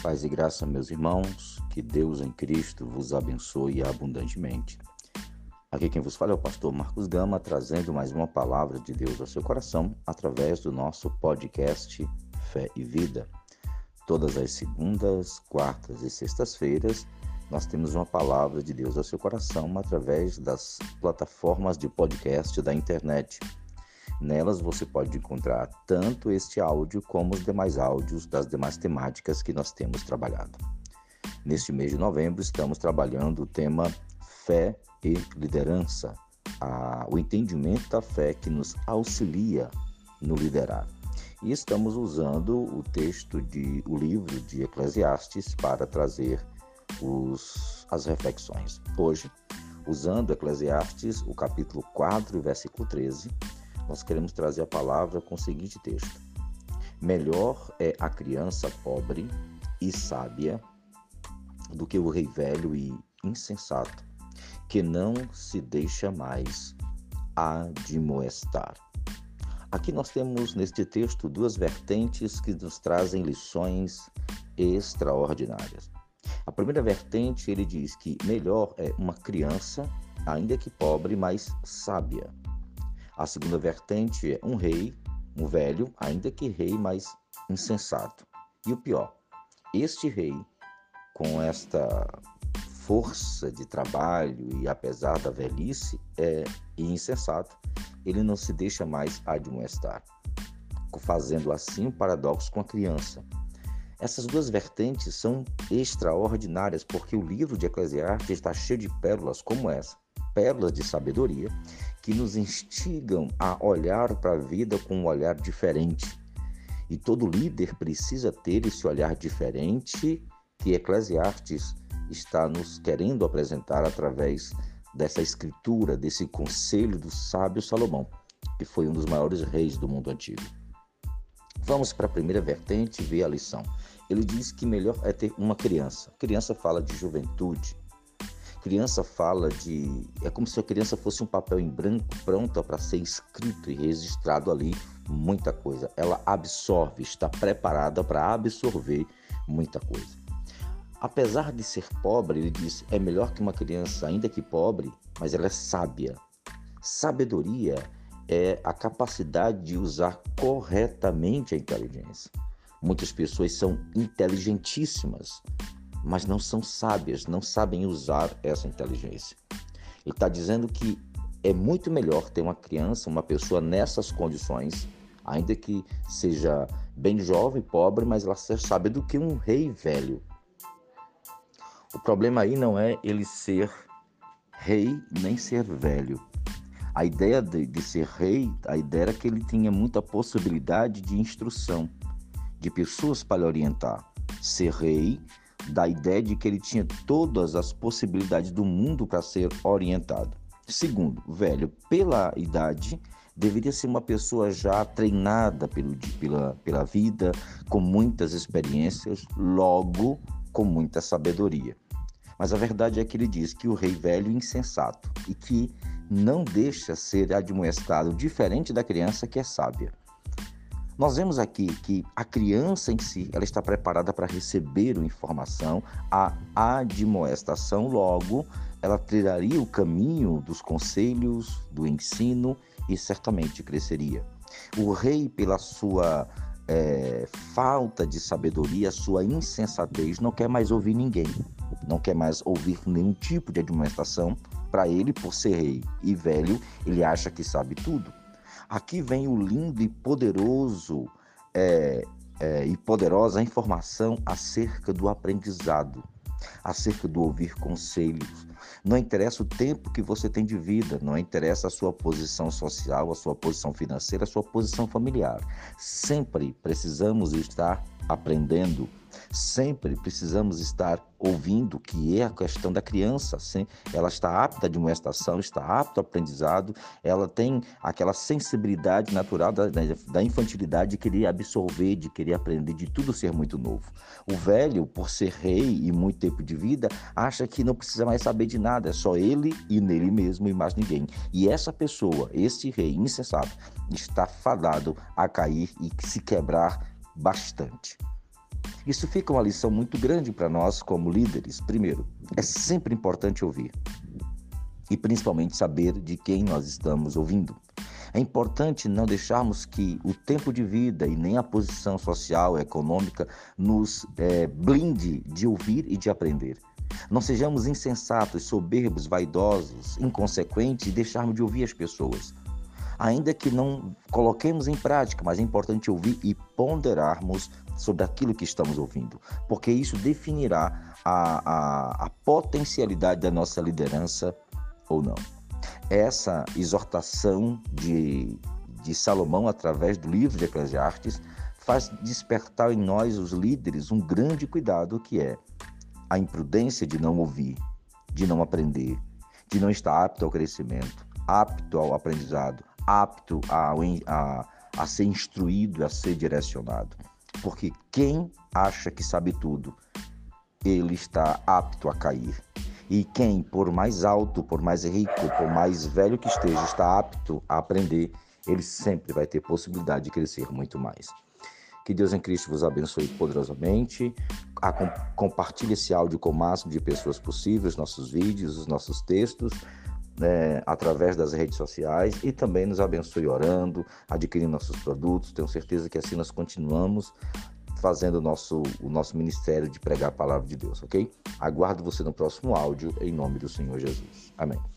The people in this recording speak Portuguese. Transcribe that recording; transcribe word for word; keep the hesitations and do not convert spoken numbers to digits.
Paz e graça, meus irmãos, que Deus em Cristo vos abençoe abundantemente. Aqui quem vos fala é o pastor Marcos Gama, trazendo mais uma palavra de Deus ao seu coração, através do nosso podcast Fé e Vida. Todas as segundas, quartas e sextas-feiras, nós temos uma palavra de Deus ao seu coração, através das plataformas de podcast da internet. Nelas você pode encontrar tanto este áudio como os demais áudios das demais temáticas que nós temos trabalhado. Neste mês de novembro estamos trabalhando o tema Fé e Liderança, a, o entendimento da fé que nos auxilia no liderar. E estamos usando o texto de o livro de Eclesiastes para trazer os, as reflexões. Hoje, usando Eclesiastes, o capítulo quatro, versículo treze, nós queremos trazer a palavra com o seguinte texto: melhor é a criança pobre e sábia do que o rei velho e insensato, que não se deixa mais admoestar. Aqui nós temos neste texto duas vertentes que nos trazem lições extraordinárias. A primeira vertente, ele diz que melhor é uma criança, ainda que pobre, mas sábia. A segunda vertente é um rei, um velho, ainda que rei, mas insensato. E o pior, este rei, com esta força de trabalho e apesar da velhice é, e insensato, ele não se deixa mais admoestar, fazendo assim um paradoxo com a criança. Essas duas vertentes são extraordinárias porque o livro de Eclesiastes está cheio de pérolas como essa, pérolas de sabedoria, que nos instigam a olhar para a vida com um olhar diferente. E todo líder precisa ter esse olhar diferente que Eclesiastes está nos querendo apresentar através dessa escritura, desse conselho do sábio Salomão, que foi um dos maiores reis do mundo antigo. Vamos para a primeira vertente e ver a lição. Ele diz que melhor é ter uma criança. Criança fala de juventude. Criança fala de... É como se a criança fosse um papel em branco pronta para ser escrito e registrado ali muita coisa. Ela absorve, está preparada para absorver muita coisa. Apesar de ser pobre, ele diz, é melhor que uma criança, ainda que pobre, mas ela é sábia. Sabedoria é a capacidade de usar corretamente a inteligência. Muitas pessoas são inteligentíssimas, mas não são sábias, não sabem usar essa inteligência. Ele está dizendo que é muito melhor ter uma criança, uma pessoa nessas condições, ainda que seja bem jovem, pobre, mas ela seja sábia, do que um rei velho. O problema aí não é ele ser rei nem ser velho. A ideia de, de ser rei, a ideia era que ele tinha muita possibilidade de instrução, de pessoas para lhe orientar. Ser rei dá a ideia de que ele tinha todas as possibilidades do mundo para ser orientado. Segundo, velho, pela idade, deveria ser uma pessoa já treinada pelo, pela, pela vida, com muitas experiências, logo com muita sabedoria. Mas a verdade é que ele diz que o rei velho é insensato e que não deixa ser admoestado, diferente da criança que é sábia. Nós vemos aqui que a criança em si, ela está preparada para receber a informação, a admoestação, logo, ela trilharia o caminho dos conselhos, do ensino e certamente cresceria. O rei, pela sua é, falta de sabedoria, sua insensatez, não quer mais ouvir ninguém, não quer mais ouvir nenhum tipo de admoestação. Para ele, por ser rei e velho, ele acha que sabe tudo. Aqui vem o lindo e poderoso é, é, e poderosa informação acerca do aprendizado, acerca do ouvir conselhos. Não interessa o tempo que você tem de vida, não interessa a sua posição social, a sua posição financeira, a sua posição familiar. Sempre precisamos estar aprendendo, sempre precisamos estar ouvindo, que é a questão da criança. Ela está apta à admoestação, está apta ao aprendizado, ela tem aquela sensibilidade natural da, da infantilidade de querer absorver, de querer aprender, de tudo ser muito novo. O velho, por ser rei e muito tempo de vida, acha que não precisa mais saber de nada, é só ele e nele mesmo e mais ninguém. E essa pessoa, esse rei insensato, está fadado a cair e se quebrar bastante. Isso fica uma lição muito grande para nós como líderes. Primeiro, é sempre importante ouvir e principalmente saber de quem nós estamos ouvindo. É importante não deixarmos que o tempo de vida e nem a posição social, econômica, nos é, blinde de ouvir e de aprender. Não sejamos insensatos, soberbos, vaidosos, inconsequentes e deixarmos de ouvir as pessoas. Ainda que não coloquemos em prática, mas é importante ouvir e ponderarmos sobre aquilo que estamos ouvindo, porque isso definirá a, a, a potencialidade da nossa liderança ou não. Essa exortação de, de Salomão através do livro de Eclesiastes faz despertar em nós, os líderes, um grande cuidado, que é a imprudência de não ouvir, de não aprender, de não estar apto ao crescimento, apto ao aprendizado, apto a, a, a ser instruído, a ser direcionado. Porque quem acha que sabe tudo, ele está apto a cair. E quem, por mais alto, por mais rico, por mais velho que esteja, está apto a aprender, ele sempre vai ter possibilidade de crescer muito mais. Que Deus em Cristo vos abençoe poderosamente. A, com, compartilhe esse áudio com o máximo de pessoas possíveis, nossos vídeos, os nossos textos, né, através das redes sociais, e também nos abençoe orando, adquirindo nossos produtos. Tenho certeza que assim nós continuamos fazendo o nosso, o nosso ministério de pregar a palavra de Deus, ok? Aguardo você no próximo áudio, em nome do Senhor Jesus. Amém.